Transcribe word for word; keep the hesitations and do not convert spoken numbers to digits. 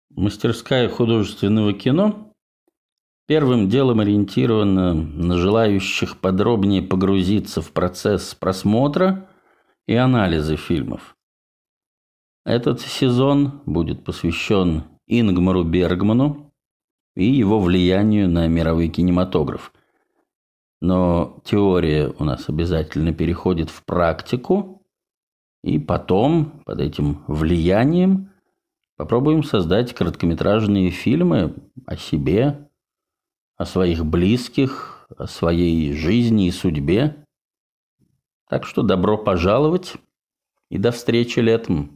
Мастерская художественного кино первым делом ориентирована на желающих подробнее погрузиться в процесс просмотра и анализа фильмов. Этот сезон будет посвящен Ингмару Бергману и его влиянию на мировой кинематограф. Но теория у нас обязательно переходит в практику, и потом под этим влиянием попробуем создать короткометражные фильмы о себе, о своих близких, о своей жизни и судьбе. Так что добро пожаловать и до встречи летом.